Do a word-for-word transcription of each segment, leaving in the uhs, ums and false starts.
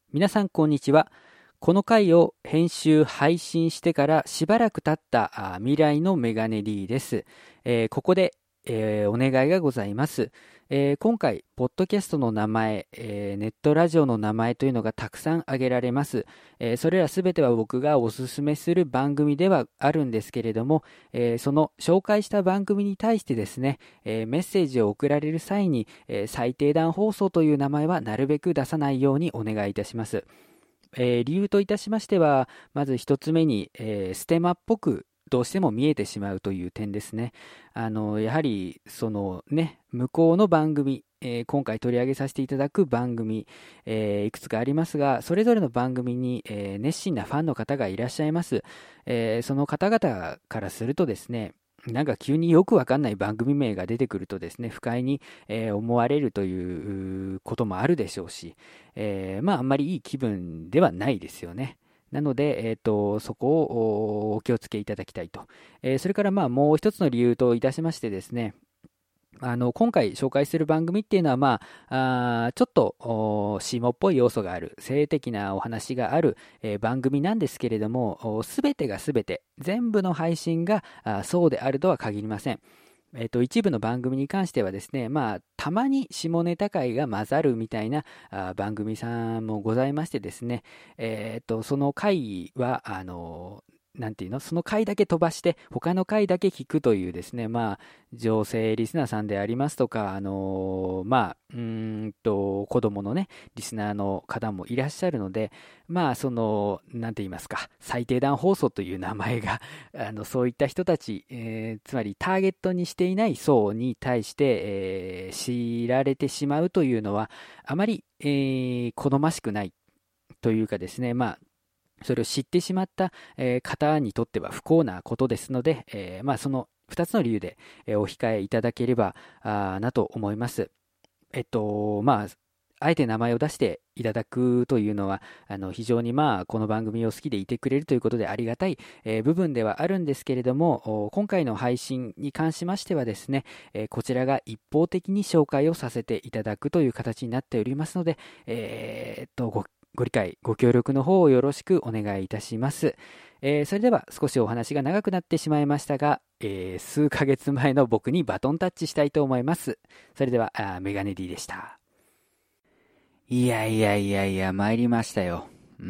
皆さんこんにちは。この回を編集配信してからしばらく経った未来のメガネ D です。えー、ここで、えー、お願いがございます。えー、今回ポッドキャストの名前、えー、ネットラジオの名前というのがたくさん挙げられます。えー、それらすべては僕がおすすめする番組ではあるんですけれども、えー、その紹介した番組に対してですね、えー、メッセージを送られる際に、えー、最低段放送という名前はなるべく出さないようにお願いいたします。えー、理由といたしましては、まず一つ目に、えー、ステマっぽくどうしても見えてしまうという点ですね。あのやはりそのね、向こうの番組、えー、今回取り上げさせていただく番組、えー、いくつかありますが、それぞれの番組に、えー、熱心なファンの方がいらっしゃいます。えー、その方々からするとですね、なんか急によくわかんない番組名が出てくるとですね、不快に、えー思われるということもあるでしょうし、えーまああんまりいい気分ではないですよね。なので、えーと、そこをお気をつけいただきたいと。えーそれからまあもう一つの理由といたしましてですね、あの今回紹介する番組っていうのは、まあ、あちょっと下っぽい要素がある、性的なお話がある、えー番組なんですけれども、すべてがすべて、全部の配信があそうであるとは限りません。えっと、一部の番組に関してはですね、まあ、たまに下ネタ回が混ざるみたいなあ番組さんもございましてですね、えっと、その回は、あの、なんていうの、その回だけ飛ばして、他の回だけ聞くというですね、まあ、女性リスナーさんでありますとか、あのまあ、うーんと、子供のね、リスナーの方もいらっしゃるので、まあ、その、なんて言いますか、最低段放送という名前が、あのそういった人たち、えーつまりターゲットにしていない層に対して、えー知られてしまうというのはあまり、えー好ましくないというかですね、まあそれを知ってしまった、えー方にとっては不幸なことですので、えーまあ、そのふたつの理由で、えーお控えいただければあなと思います。えっと、まあ、あえて名前を出していただくというのは、あの非常にまあこの番組を好きでいてくれるということでありがたい、えー部分ではあるんですけれども、お今回の配信に関しましてはですね、えーこちらが一方的に紹介をさせていただくという形になっておりますので、えーっとご、ご理解、ご協力の方をよろしくお願いいたします。えーそれでは少しお話が長くなってしまいましたが、えー数ヶ月前の僕にバトンタッチしたいと思います。それでは、あーメガネ D でした。いやいやいやいや、参りましたよ。うん。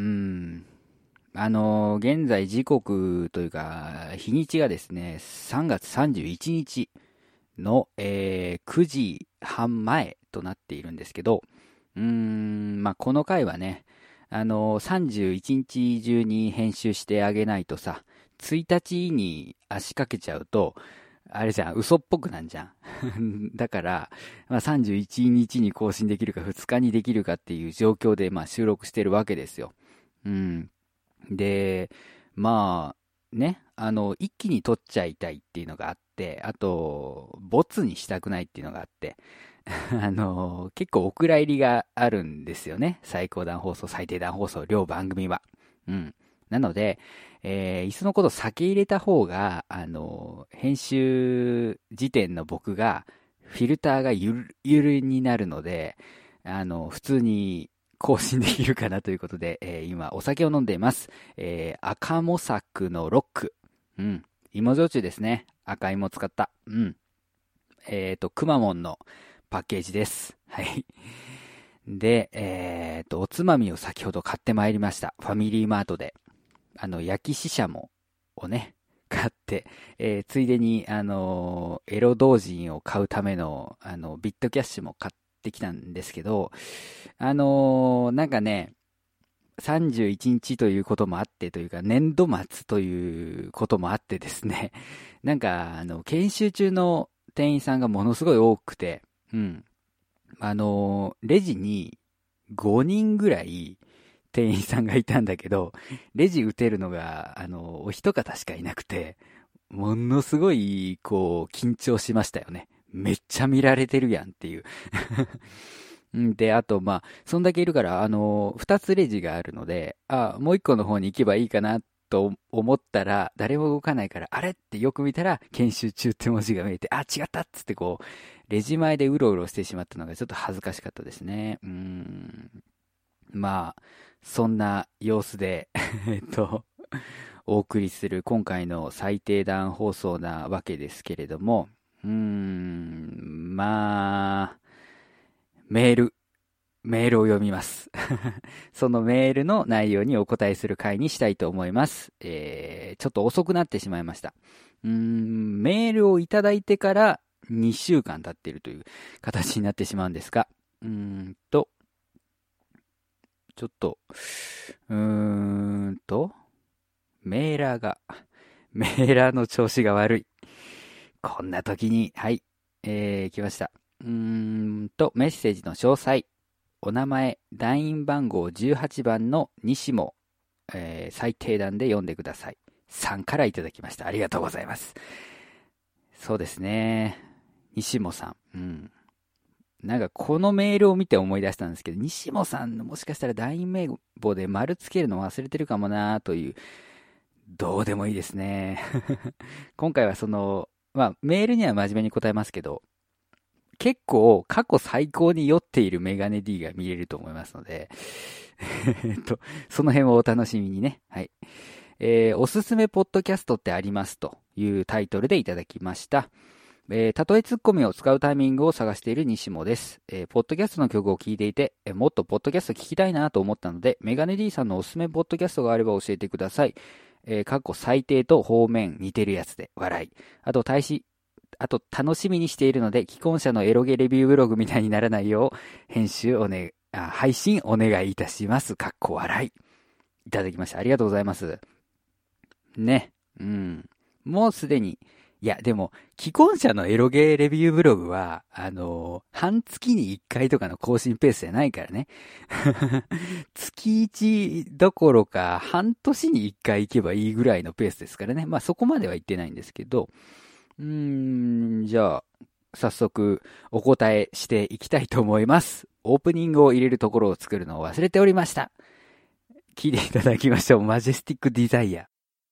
あのー現在時刻というか、日にちがですね、さんがつさんじゅういちにちの、えーくじはん前となっているんですけど、うーん、まあ、この回はね、あのーさんじゅういちにち中に編集してあげないとさ、ついたちに足かけちゃうと、あれじゃん、嘘っぽくなんじゃん。だから、まあ、さんじゅういちにちに更新できるかふつかにできるかっていう状況で、まあ、収録してるわけですよ。うん。で、まあ、ね、あの、一気に撮っちゃいたいっていうのがあって、あと、ボツにしたくないっていうのがあって、あの、結構お蔵入りがあるんですよね。最高段放送、最低段放送、両番組は。うん。なので、えー、いっそのこと先入れた方が、あの、編集時点の僕が、フィルターがゆる、ゆるになるので、あの、普通に更新できるかなということで、えー今、お酒を飲んでいます。えー赤模索のロック。うん。芋焼酎ですね。赤芋使った。うん。えっと、くまモンのパッケージです。はい。で、えっと、おつまみを先ほど買ってまいりました。ファミリーマートで。あの、焼きししゃもをね、買って、えーついでに、あのーエロ同人を買うための、あの、ビットキャッシュも買ってきたんですけど、あのーなんかね、さんじゅういちにちということもあってというか、年度末ということもあってですね、なんか、あの、研修中の店員さんがものすごい多くて、うん。あのーレジにごにんぐらい店員さんがいたんだけど、レジ打てるのが、あの、お一方しかいなくて、ものすごい、こう、緊張しましたよね。めっちゃ見られてるやんっていう。んで、あと、まあ、そんだけいるから、あの、二つレジがあるので、あ、もう一個の方に行けばいいかなと思ったら、誰も動かないから、あれってよく見たら、研修中って文字が見えて、あ、違ったっつってこう、レジ前でうろうろしてしまったのがちょっと恥ずかしかったですね。うーん。まあ、 そんな様子で、えっと、お送りする今回の最低段放送なわけですけれども、うーん、まあ、メール、メールを読みます。そのメールの内容にお答えする回にしたいと思います。えー、ちょっと遅くなってしまいました。うーん、メールをいただいてからにしゅうかん経っているという形になってしまうんですが、うーんと、ちょっと、うーんと、メーラーが、メーラーの調子が悪い。こんな時に、はい、えー、来ました。うーんと、メッセージの詳細。お名前、団員番号じゅうはちばんの西も、えー、最低段で読んでください。さんからいただきました。ありがとうございます。そうですね。西もさん。うん。なんかこのメールを見て思い出したんですけど、西もさんのもしかしたら団員名簿で丸つけるの忘れてるかもなという、どうでもいいですね。今回はその、まあメールには真面目に答えますけど、結構過去最高に酔っているメガネ D が見れると思いますので、えっと、その辺をお楽しみにね。はい。えー、おすすめポッドキャストってありますというタイトルでいただきました。えー、例えツッコミを使うタイミングを探している西もです。えー、ポッドキャストの曲を聴いていて、えー、もっとポッドキャスト聞きたいなと思ったので、メガネ D さんのおすすめポッドキャストがあれば教えてください。えー、過去最低と方面似てるやつで笑い。あと、大使、あと、楽しみにしているので、既婚者のエロゲレビューブログみたいにならないよう、編集おね、あ、配信お願いいたします。かっこ笑い。いただきました。ありがとうございます。ね。うん。もうすでに、いや、でも、既婚者のエロゲーレビューブログは、あのー、半月にいっかいとかの更新ペースじゃないからね。月いちどころか、半年にいっかい行けばいいぐらいのペースですからね。まあそこまでは行ってないんですけど、うーん、じゃあ、早速お答えしていきたいと思います。オープニングを入れるところを作るのを忘れておりました。聞いていただきましょう。マジェスティックデザイア。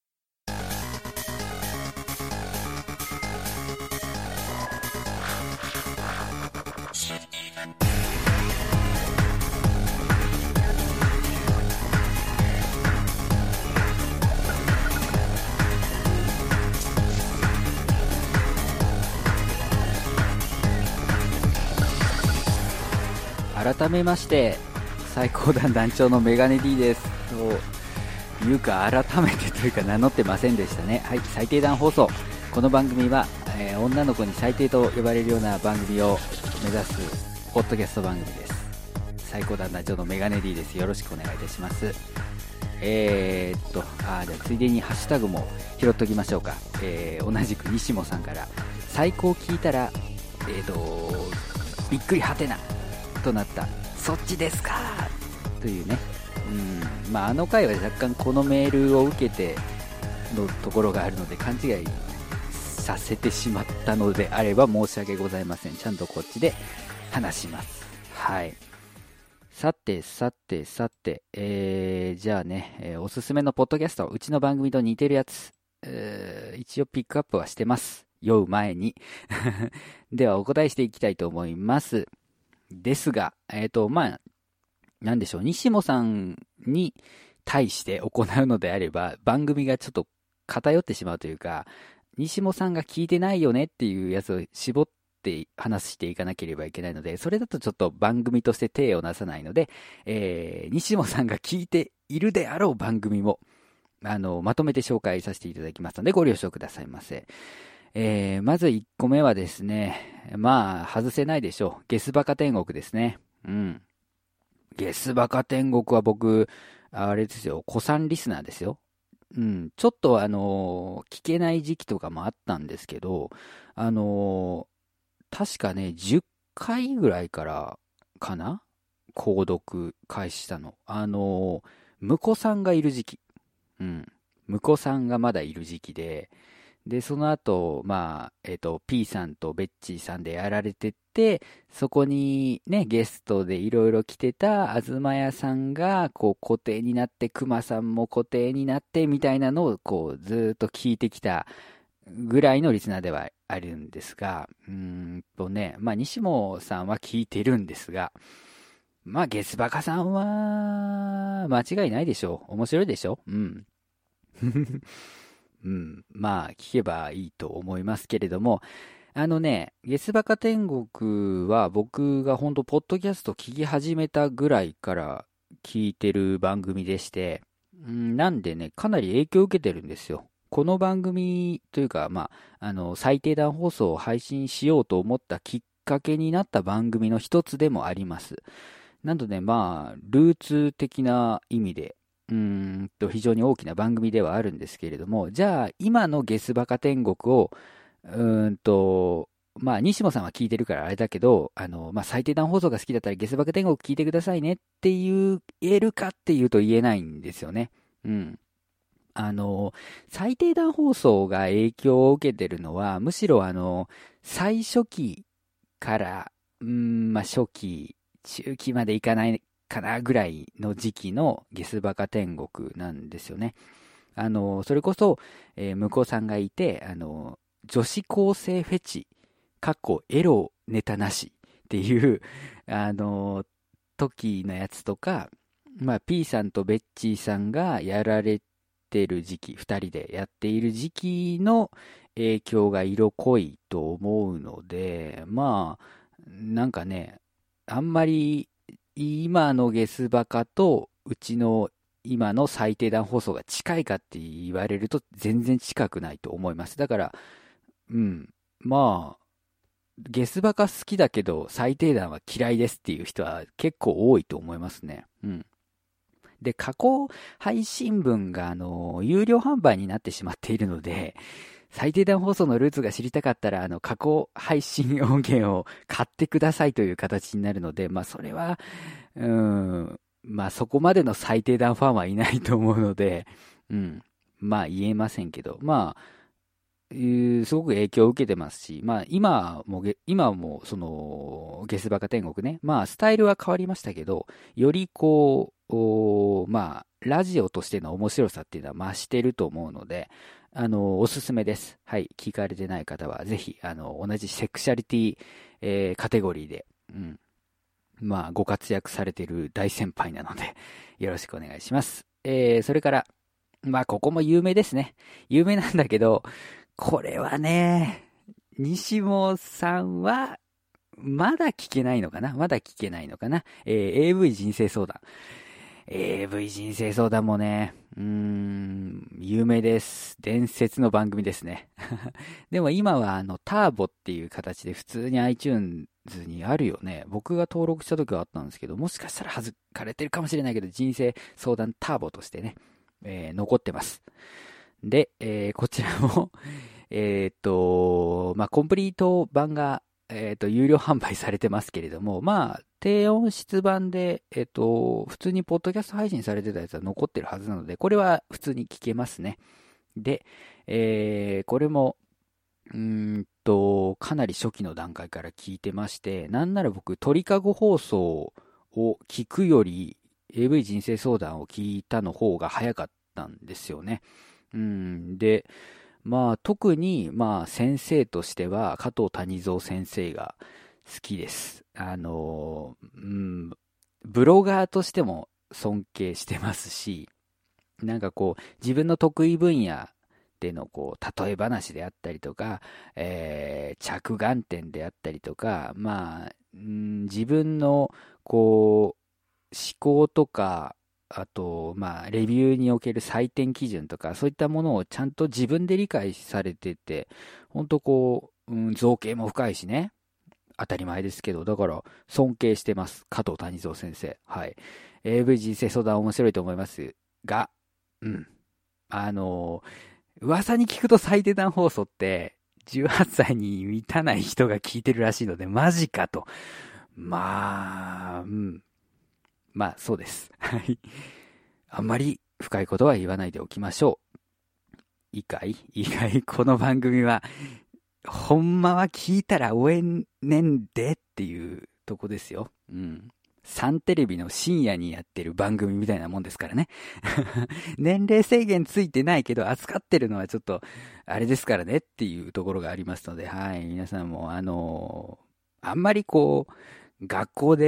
改めまして、最高段団長のメガネ D です。というか、改めてというか名乗ってませんでしたね。はい、最低段放送。この番組は、えー、女の子に最低と呼ばれるような番組を目指す、ポッドキャスト番組です。最高段団長のメガネ D です。よろしくお願いいたします。えーっと、あ、じゃあついでにハッシュタグも拾っときましょうか。えー、同じく西もさんから、最高聞いたら、えーっと、びっくりはてな。となった。そっちですかというね。うん。まあ、あの回は若干このメールを受けてのところがあるので勘違いさせてしまったのであれば申し訳ございません。ちゃんとこっちで話します。はい。さて、さて、さて、えー、じゃあね、えー、おすすめのポッドキャスト、うちの番組と似てるやつ、えー、一応ピックアップはしてます。酔う前に。ではお答えしていきたいと思います。ですが、えっと、まあ、なんでしょう、西もさんに対して行うのであれば、番組がちょっと偏ってしまうというか、西もさんが聞いてないよねっていうやつを絞って話していかなければいけないので、それだとちょっと番組として体をなさないので、えー、西もさんが聞いているであろう番組も、あの、まとめて紹介させていただきますので、ご了承くださいませ。えー、まずいっこめはですね、まあ、外せないでしょう。ゲスバカ天国ですね。うん。ゲスバカ天国は僕、あれですよ、古参リスナーですよ。うん。ちょっとあのー聞けない時期とかもあったんですけど、あのー確かね、じゅっかいぐらいからかな購読開始したの。あのー、婿さんがいる時期。うん。婿さんがまだいる時期で、で、その後、まあ、えっと、P さんとベッチーさんでやられてて、そこにね、ゲストでいろいろ来てた東屋さんが、こう、固定になって、熊さんも固定になって、みたいなのを、こう、ずーっと聞いてきたぐらいのリスナーではあるんですが、うーんとね、まあ、西本さんは聞いてるんですが、 まあ、ゲスバカさんは、間違いないでしょう。面白いでしょ。うん。うん。まあ、聞けばいいと思いますけれども、あのね、ゲスバカ天国は僕が本当ポッドキャスト聞き始めたぐらいから聞いてる番組でして、うん、なんでね、かなり影響を受けてるんですよ。この番組というか、まあ、あの、最低段放送を配信しようと思ったきっかけになった番組の一つでもあります。なので、まあ、ルーツ的な意味で、うーんと、非常に大きな番組ではあるんですけれども、じゃあ、今のゲスバカ天国を、うーんと、まあ、西野さんは聞いてるからあれだけど、あの、まあ、最低段放送が好きだったらゲスバカ天国聞いてくださいねっていう、言えるかっていうと言えないんですよね。うん。あの、最低段放送が影響を受けてるのは、むしろあの、最初期から、うーん、まあ、初期、中期までいかないかなぐらいの時期のゲスバカ天国なんですよね。あの、それこそ、えー向こうさんがいて、あの、女子高生フェチ、かっこエロネタなしっていう、あの、時のやつとか、まあ、P さんとベッチーさんがやられてる時期、二人でやっている時期の影響が色濃いと思うので、まあ、なんかね、あんまり今のゲスバカとうちの今の最低段放送が近いかって言われると全然近くないと思います。だから、うん、まあ、ゲスバカ好きだけど最低段は嫌いですっていう人は結構多いと思いますね。うん。で、過去配信分が、あの、有料販売になってしまっているので、最低段放送のルーツが知りたかったら、あの、過去配信音源を買ってくださいという形になるので、まあ、それは、うーん、まあ、そこまでの最低段ファンはいないと思うので、うん、まあ、言えませんけど、まあ、えーすごく影響を受けてますし、まあ、今もゲ、今も、その、ゲスバカ天国ね、まあ、スタイルは変わりましたけど、よりこう、おーまあ、ラジオとしての面白さっていうのは増してると思うので、あの、おすすめです。はい、聞かれてない方は、ぜひ、あの、同じセクシャリティ、えーカテゴリーで、うん、まあ、ご活躍されている大先輩なので、よろしくお願いします。えー、それから、まあ、ここも有名ですね。有名なんだけど、これはね、西本さんは、まだ聞けないのかなまだ聞けないのかな、えー エーブイ 人生相談。エーブイ 人生相談もね、うーん、有名です。伝説の番組ですね。でも今はあの、ターボっていう形で普通に iTunes にあるよね。僕が登録した時はあったんですけど、もしかしたら外かれてるかもしれないけど、人生相談ターボとしてね、えー残ってます。で、えーこちらもえーっと、まあ、コンプリート版が、えーっと、有料販売されてますけれども、まあ、低音質版で、えーっと、普通にポッドキャスト配信されてたやつは残ってるはずなので、これは普通に聞けますね。で、えーこれも、うーんと、かなり初期の段階から聞いてまして、なんなら僕、鳥かご放送を聞くより、エーブイ 人生相談を聞いたの方が早かったんですよね。うん、で、まあ、特に、まあ、先生としては、加藤谷蔵先生が好きです。あの、うん、ブロガーとしても尊敬してますし、なんかこう、自分の得意分野でのこう、例え話であったりとか、えー着眼点であったりとか、まあ、うん自分のこう、思考とか、あと、まあ、レビューにおける採点基準とか、そういったものをちゃんと自分で理解されてて、本当こう、うん、造形も深いしね。当たり前ですけど、だから尊敬してます。加藤谷蔵先生。はい。エーブイ 人生相談面白いと思いますが、うん。あの噂に聞くと最低段放送って、じゅうはっさいに満たない人が聞いてるらしいので、マジかと。まあ、うん。まあ、そうです。はい。あんまり深いことは言わないでおきましょう。いいかいいいかいこの番組は、ほんまは聞いたら応援ねんでっていうとこですよ。うん。サンテレビの深夜にやってる番組みたいなもんですからね。年齢制限ついてないけど、扱ってるのはちょっと、あれですからねっていうところがありますので、はい。皆さんも、あのあんまりこう、学校で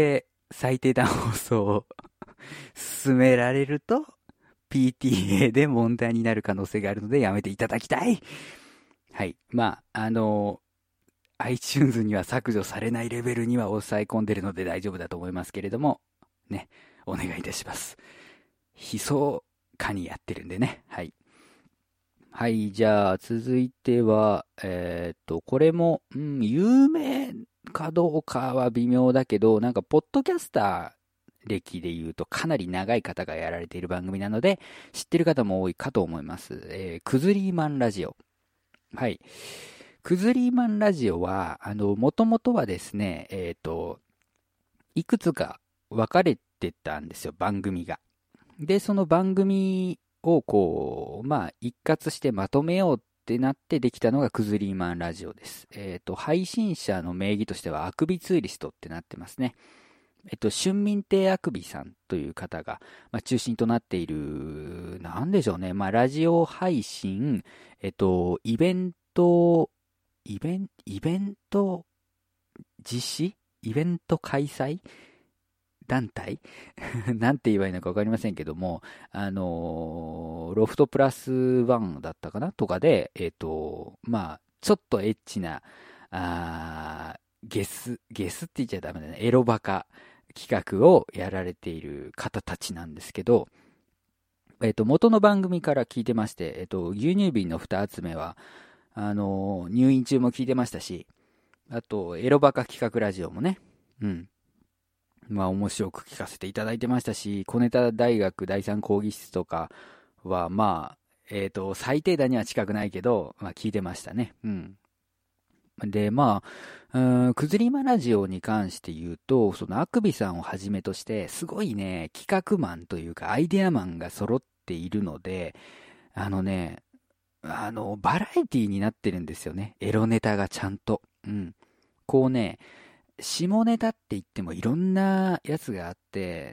最低段放送を進められると、ピーティーエー で問題になる可能性があるのでやめていただきたい。はい。まあ、あの、iTunes には削除されないレベルには抑え込んでるので大丈夫だと思いますけれども、ね、お願いいたします。悲壮かにやってるんでね。はい。はい、じゃあ続いては、えーっと、これも、うん、有名かどうかは微妙だけど、なんか、ポッドキャスター歴で言うとかなり長い方がやられている番組なので、知ってる方も多いかと思います。えー、くずリーマンラジオ。はい。くずリーマンラジオは、あの、もともとはですね、えーっと、いくつか分かれてたんですよ、番組が。で、その番組をこう、まあ、一括してまとめようってなってできたのがクズリーマンラジオです。えっと、配信者の名義としてはあくびツーリストってなってますね。えっと、春民亭あくびさんという方が、まあ、中心となっている、なんでしょうね。まあ、ラジオ配信、えっと、イベント、イベン、イベント実施イベント開催団体なんて言えばいいのか分かりませんけども、あのーロフトプラスワンだったかなとかで、えっ、と、まあ、ちょっとエッチな、あーゲス、ゲスって言っちゃダメだね、エロバカ企画をやられている方たちなんですけど、えっ、と、元の番組から聞いてまして、えっ、と、牛乳瓶の蓋集めは、あのー入院中も聞いてましたし、あと、エロバカ企画ラジオもね、うん、まあ面白く聞かせていただいてましたし、小ネタ大学第三講義室とかは、まあ、えっと、最低段には近くないけど、まあ聞いてましたね。うん。で、まあ、うん、くずりまラジオに関して言うと、そのあくびさんをはじめとして、すごいね、企画マンというか、アイデアマンが揃っているので、あのね、あの、バラエティになってるんですよね。エロネタがちゃんと。うん。こうね、下ネタって言ってもいろんなやつがあって、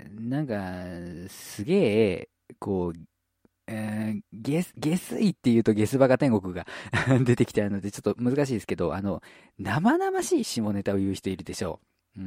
なんか、すげえ、こう、えーゲス、下水って言うとゲスバカ天国が出てきちゃうのでちょっと難しいですけど、あの、生々しい下ネタを言う人いるでしょう。うん。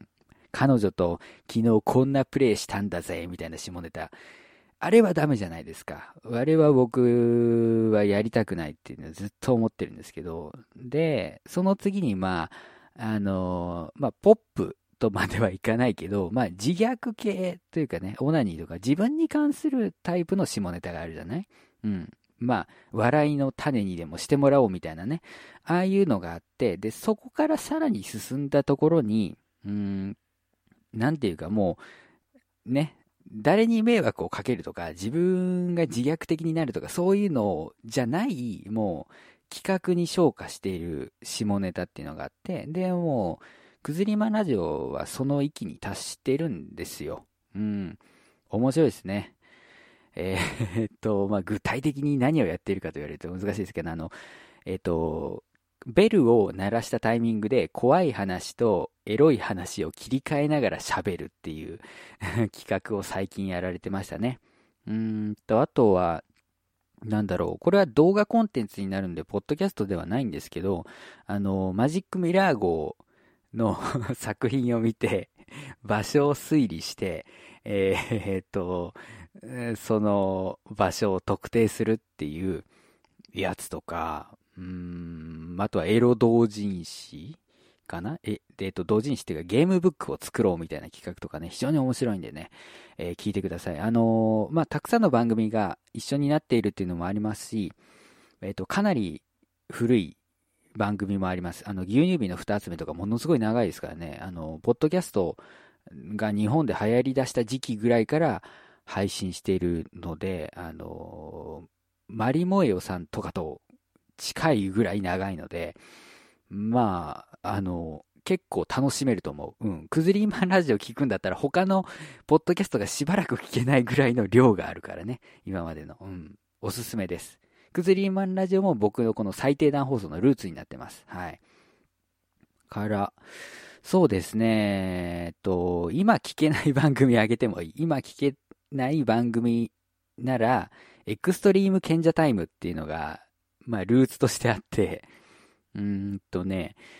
彼女と昨日こんなプレイしたんだぜ、みたいな下ネタ。あれはダメじゃないですか。あれは僕はやりたくないっていうのはずっと思ってるんですけど、で、その次にまあ、あのまあ、ポップとまではいかないけど、まあ、自虐系というかね、オナニーとか自分に関するタイプの下ネタがあるじゃない？うん。まあ、笑いの種にでもしてもらおうみたいなね。ああいうのがあって、で、そこからさらに進んだところに、うーん、なんていうかもう、ね、誰に迷惑をかけるとか、自分が自虐的になるとか、そういうのじゃない、もう、企画に昇華している下ネタっていうのがあって、で、もう、くずりまラジオはその域に達してるんですよ。うん。面白いですね。えーっと、まあ、具体的に何をやっているかと言われると難しいですけど、あの、えっと、ベルを鳴らしたタイミングで怖い話とエロい話を切り替えながら喋るっていう企画を最近やられてましたね。うーんと、あとは、なんだろう。これは動画コンテンツになるんで、ポッドキャストではないんですけど、あの、マジックミラー号の作品を見て、場所を推理して、えーえーっと、その場所を特定するっていうやつとか、うーん、あとはエロ同人誌かなえ、えっと、同人誌っていうかゲームブックを作ろうみたいな企画とかね、非常に面白いんでね、えー聞いてください。あのーまあ、たくさんの番組が一緒になっているっていうのもありますし、えっと、かなり古い番組もあります。あの、牛乳瓶の二集めとかものすごい長いですからね、あの、ポッドキャストが日本で流行り出した時期ぐらいから配信しているので、あのーマリモエオさんとかと近いぐらい長いので、まあ、あの、結構楽しめると思う。うん。クズリーマンラジオ聞くんだったら他のポッドキャストがしばらく聞けないぐらいの量があるからね。今までの。うん。おすすめです。クズリーマンラジオも僕のこの最低段放送のルーツになってます。はい。から、そうですね。えっと、今聞けない番組あげてもいい。今聞けない番組なら、エクストリーム賢者タイムっていうのが、まあ、ルーツとしてあって、うーんとね、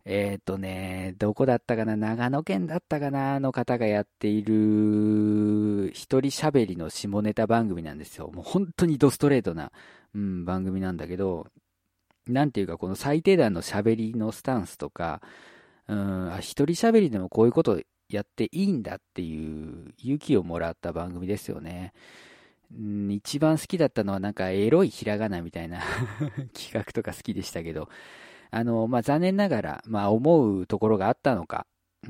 えっとね、どこだったかな、長野県だったかなの方がやっている一人喋りの下ネタ番組なんですよ。もう本当にドストレートな、うん、番組なんだけど、なんていうかこの最低段の喋りのスタンスとか、うん、あ、一人喋りでもこういうことやっていいんだっていう勇気をもらった番組ですよね。うん、一番好きだったのはなんかエロいひらがなみたいな企画とか好きでしたけど、あの、まあ、残念ながら、まあ、思うところがあったのか、うん、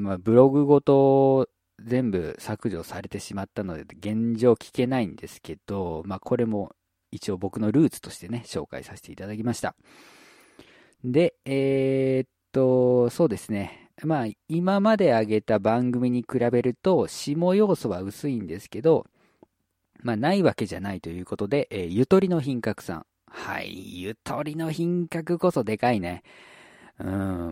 まあ、ブログごと全部削除されてしまったので、現状聞けないんですけど、まあ、これも一応僕のルーツとしてね、紹介させていただきました。で、えーっと、そうですね。まあ、今まで挙げた番組に比べると、下要素は薄いんですけど、まあ、ないわけじゃないということで、えーゆとりの品格さん。はい、ゆとりの品格こそでかいね。うん、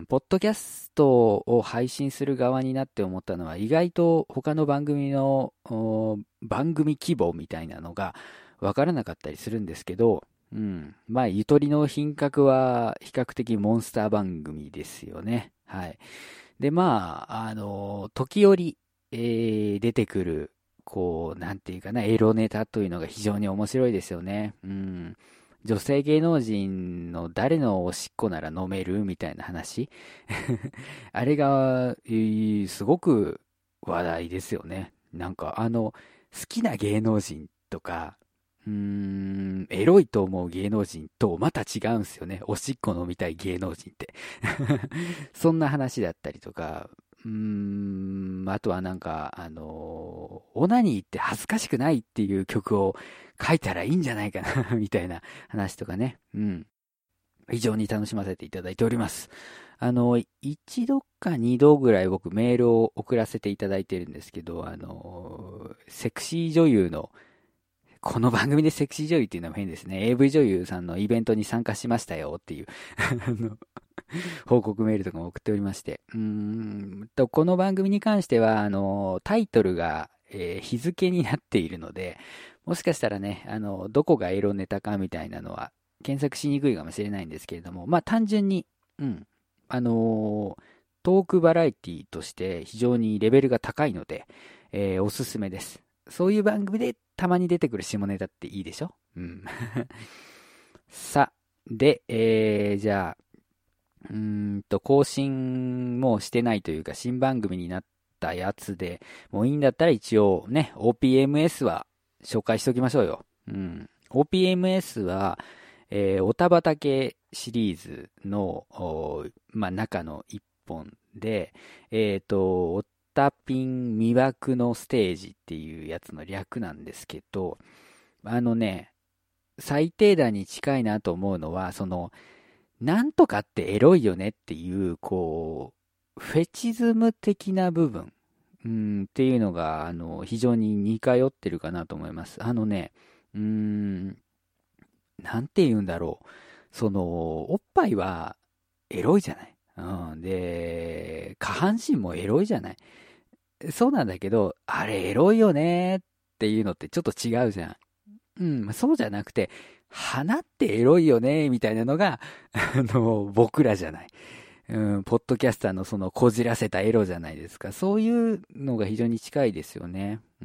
ポッドキャストを配信する側になって思ったのは、意外と他の番組の番組規模みたいなのがわからなかったりするんですけど、うん、まあ、ゆとりの品格は比較的モンスター番組ですよね。はい。で、まあ、あの、時折、えー出てくる、こう、なんていうかな、エロネタというのが非常に面白いですよね。うん。女性芸能人の誰のおしっこなら飲めるみたいな話あれが、えーすごく話題ですよね。なんか、あの、好きな芸能人とか、うーん、エロいと思う芸能人とまた違うんすよね。おしっこ飲みたい芸能人ってそんな話だったりとか、うーん、あとはなんか、あの、オナニーって恥ずかしくないっていう曲を書いたらいいんじゃないかなみたいな話とかね。うん。非常に楽しませていただいております。あの、一度か二度ぐらい僕メールを送らせていただいてるんですけど、あの、セクシー女優の、この番組でセクシー女優っていうのも変ですね。エーブイ 女優さんのイベントに参加しましたよっていうあの報告メールとかも送っておりまして。うーんと、この番組に関しては、あの、タイトルが、えー日付になっているので、もしかしたらね、あの、どこがエロネタかみたいなのは検索しにくいかもしれないんですけれども、まあ単純に、うん、あのートークバラエティとして非常にレベルが高いので、えーおすすめです。そういう番組でたまに出てくる下ネタっていいでしょ？うん。さ、で、えー、じゃあ、うーんと、更新もしてないというか、新番組になったやつで、もういいんだったら一応ね、オーピーエムエス は紹介しておきましょうよ。うん。オーピーエムエス は、えー、おたばたけシリーズの、おまあ、中の一本で、えっと、おたピン魅惑のステージっていうやつの略なんですけど、あのね、最低段に近いなと思うのは、その、なんとかってエロいよねっていう、こう、フェチズム的な部分、うん、っていうのが、あの、非常に似通ってるかなと思います。あのね、うーん、なんて言うんだろう。その、おっぱいはエロいじゃない。うん、で、下半身もエロいじゃない。そうなんだけど、あれエロいよねっていうのってちょっと違うじゃん。うん、そうじゃなくて、花ってエロいよね、みたいなのが、あの、僕らじゃない。うん、ポッドキャスターのそのこじらせたエロじゃないですか。そういうのが非常に近いですよね。うん。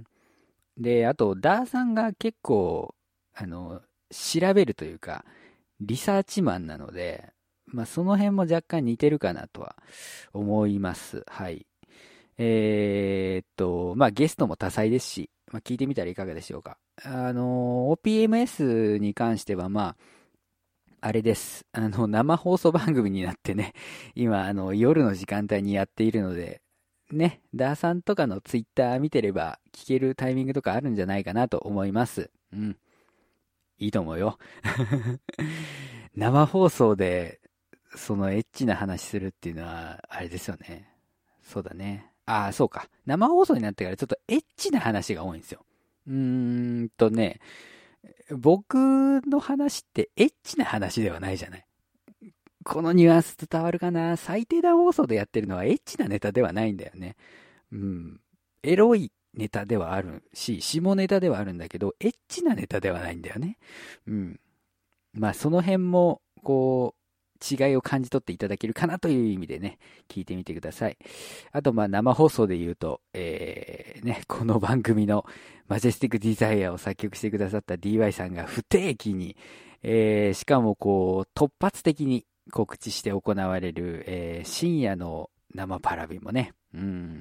で、あと、ダーさんが結構、あの、調べるというか、リサーチマンなので、まあ、その辺も若干似てるかなとは思います。はい。えーっと、まあ、ゲストも多彩ですし、まあ、聞いてみたらいかがでしょうか。あの、オーピーエムエス に関しては、まあ、あれです。あの、生放送番組になってね、今、あの、夜の時間帯にやっているので、ね、ダーさんとかのツイッター見てれば聞けるタイミングとかあるんじゃないかなと思います。うん。いいと思うよ。生放送で、そのエッチな話するっていうのは、あれですよね。そうだね。ああ、そうか。生放送になってからちょっとエッチな話が多いんですよ。うーんとね、僕の話ってエッチな話ではないじゃない。このニュアンス伝わるかな。最低段放送でやってるのはエッチなネタではないんだよね。うん。エロいネタではあるし、下ネタではあるんだけど、エッチなネタではないんだよね。うん。まあその辺も、こう、 違いを感じ取っていただけるかなという意味でね、聞いてみてください。あと、まあ、生放送で言うと、えー、ね、この番組のマジェスティックデザイアを作曲してくださった ディーワイ さんが不定期に、えー、しかもこう、突発的に告知して行われる、えー、深夜の生パラビもね、うん、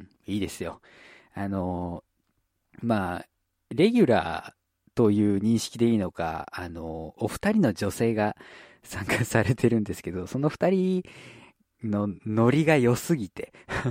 いいですよ。あのー、まあ、レギュラーという認識でいいのか、あのー、お二人の女性が参加されてるんですけど、その二人のノリが良すぎて。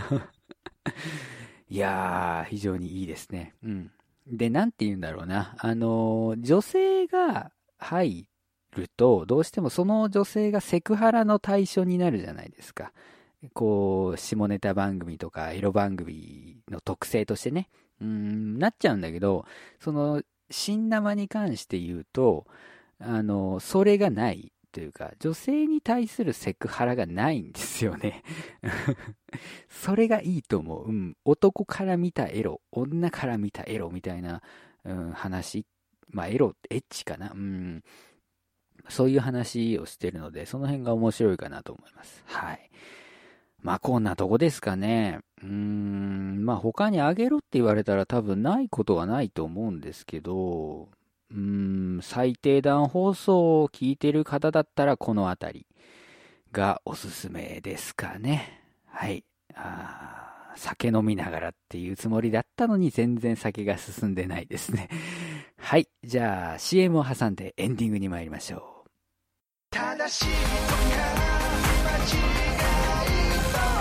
いやー、非常にいいですね。うん。で、なんて言うんだろうな。あのー、女性が入ると、どうしてもその女性がセクハラの対象になるじゃないですか。こう、下ネタ番組とかエロ番組の特性としてね、うーん、なっちゃうんだけど、その、新生に関して言うと、あの、それがないというか、女性に対するセクハラがないんですよね。それがいいと思う。うん、男から見たエロ、女から見たエロみたいな、うん、話。まあ、エロ、エッチかな。うん。そういう話をしてるので、その辺が面白いかなと思います。はい。まあこんなとこですかね。うーん、まあ他にあげろって言われたら多分ないことはないと思うんですけど、うーん、最低段放送を聞いてる方だったらこのあたりがおすすめですかね。はい。あー、酒飲みながらっていうつもりだったのに全然酒が進んでないですね。はい。じゃあ シーエム を挟んでエンディングに参りましょう。正しいのか間違い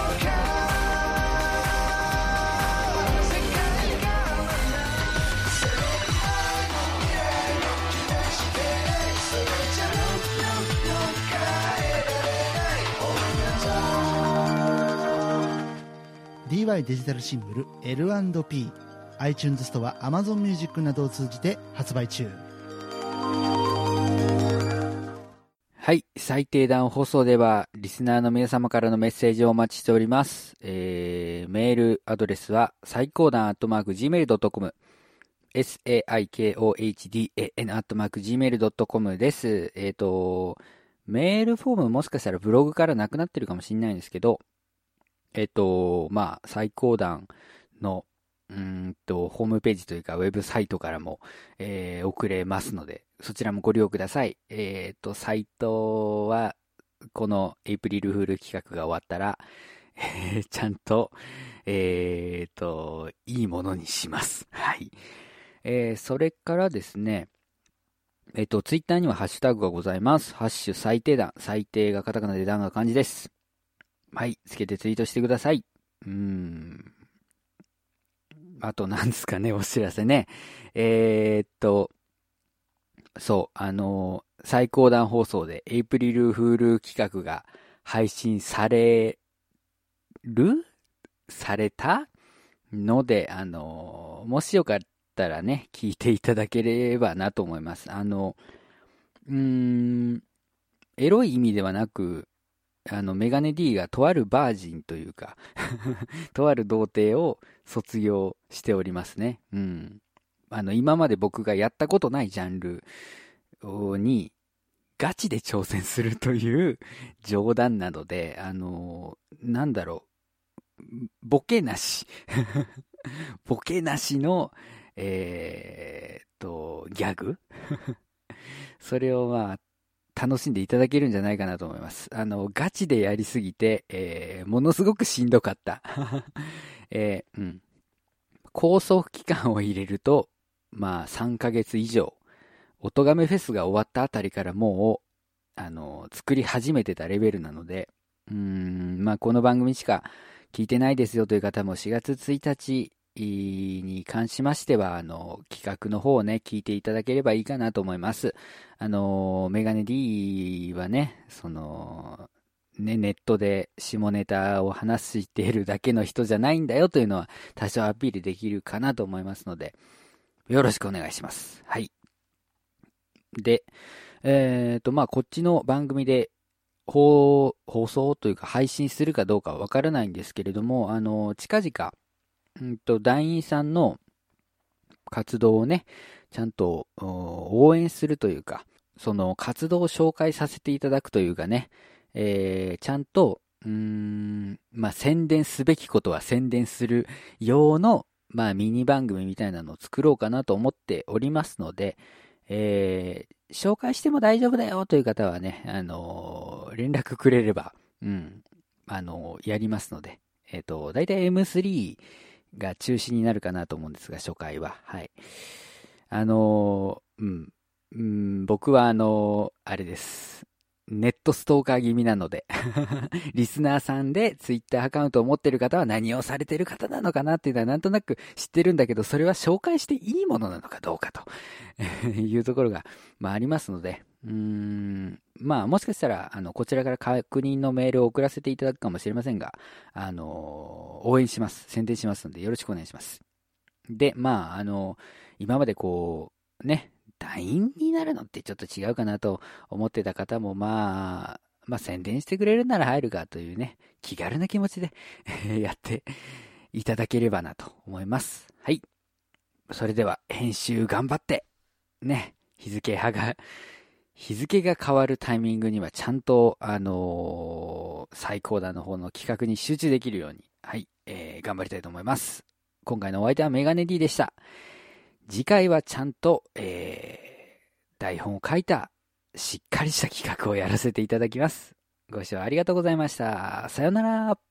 ディーワイ デジタルシングル エルアンドピー iTunes ストア、Amazon Music などを通じて発売中。 はい。最低段放送では、リスナーの皆様からのメッセージをお待ちしております。えー、メールアドレスは、最高段アットマーク ジーメールドットコム、サイコーダン アットマーク ジーメールドットコム です。えっと、メールフォームもしかしたらブログからなくなってるかもしれないんですけど、えっと、まあ、最高段の、うーんと、ホームページというか、ウェブサイトからも、えー、送れますので、そちらもご利用ください。えっと、サイトは、このエイプリルフール企画が終わったら、えー、ちゃんと、えっと、いいものにします。はい。えー、それからですね、えっと、ツイッターにはハッシュタグがございます。ハッシュ最低段。最低がカタカナで段が漢字です。はい。つけてツイートしてください。うーん。あと、なんですかね、お知らせね。えー、っと、そう、あのー、最高段放送でエイプリルフール企画が配信されるされたので、あのー、もしよかったらね、聞いていただければなと思います。あの、うーん、エロい意味ではなく、あの、メガネ D がとあるバージンというかとある童貞を卒業しておりますね。うん。あの、今まで僕がやったことないジャンルにガチで挑戦するという冗談なので、あの、なんだろう、ボケなし。ボケなしの、えーっと、ギャグそれをまあ、楽しんでいただけるんじゃないかなと思います。あの、ガチでやりすぎて、えー、ものすごくしんどかった。えー、うん。拘束期間を入れると、まあ、さんかげつ以上。おとがめフェスが終わったあたりからもう、あの、作り始めてたレベルなので、うーん、まあ、この番組しか聞いてないですよという方もしがつついたちに関しましては、あの、企画の方をね、聞いていただければいいかなと思います。あの、メガネ D はね、その、ね、ネットで下ネタを話しているだけの人じゃないんだよというのは多少アピールできるかなと思いますので、よろしくお願いします。はい。で、えっと、まあ、こっちの番組で放放送というか配信するかどうかはわからないんですけれども、あの、近々、うんと、団員さんの活動をね、ちゃんと応援するというか、その活動を紹介させていただくというかね、 えー、ちゃんと、うーん、まあ、宣伝すべきことは宣伝する用の、まあ、ミニ番組みたいなのを作ろうかなと思っておりますので、えー、紹介しても大丈夫だよという方はね、あのー連絡くれれば、うん、あのーやりますので、えっと、だいたいエムスリー が中心になるかなと思うんですが、初回は。はい。あのーうん、うん、僕はあのーあれです。ネットストーカー気味なのでリスナーさんでツイッターアカウントを持ってる方は何をされてる方なのかなっていうのはなんとなく知ってるんだけど、それは紹介していいものなのかどうかというところが、まあ、ありますので、うーん、まあ、もしかしたら、あの、こちらから確認のメールを送らせていただくかもしれませんが、あの、応援します。宣伝しますので、よろしくお願いします。で、まあ、あの、今までこう、ね、団員になるのってちょっと違うかなと思ってた方も、まあ、まあ宣伝してくれるなら入るかというね、気軽な気持ちでやっていただければなと思います。はい。それでは編集頑張って、ね、日付はが、日付が変わるタイミングにはちゃんと、あのー最高段の方の企画に集中できるように、はい、えー頑張りたいと思います。今回のお相手はメガネ D でした。次回はちゃんと、えー台本を書いた、しっかりした企画をやらせていただきます。ご視聴ありがとうございました。さようなら。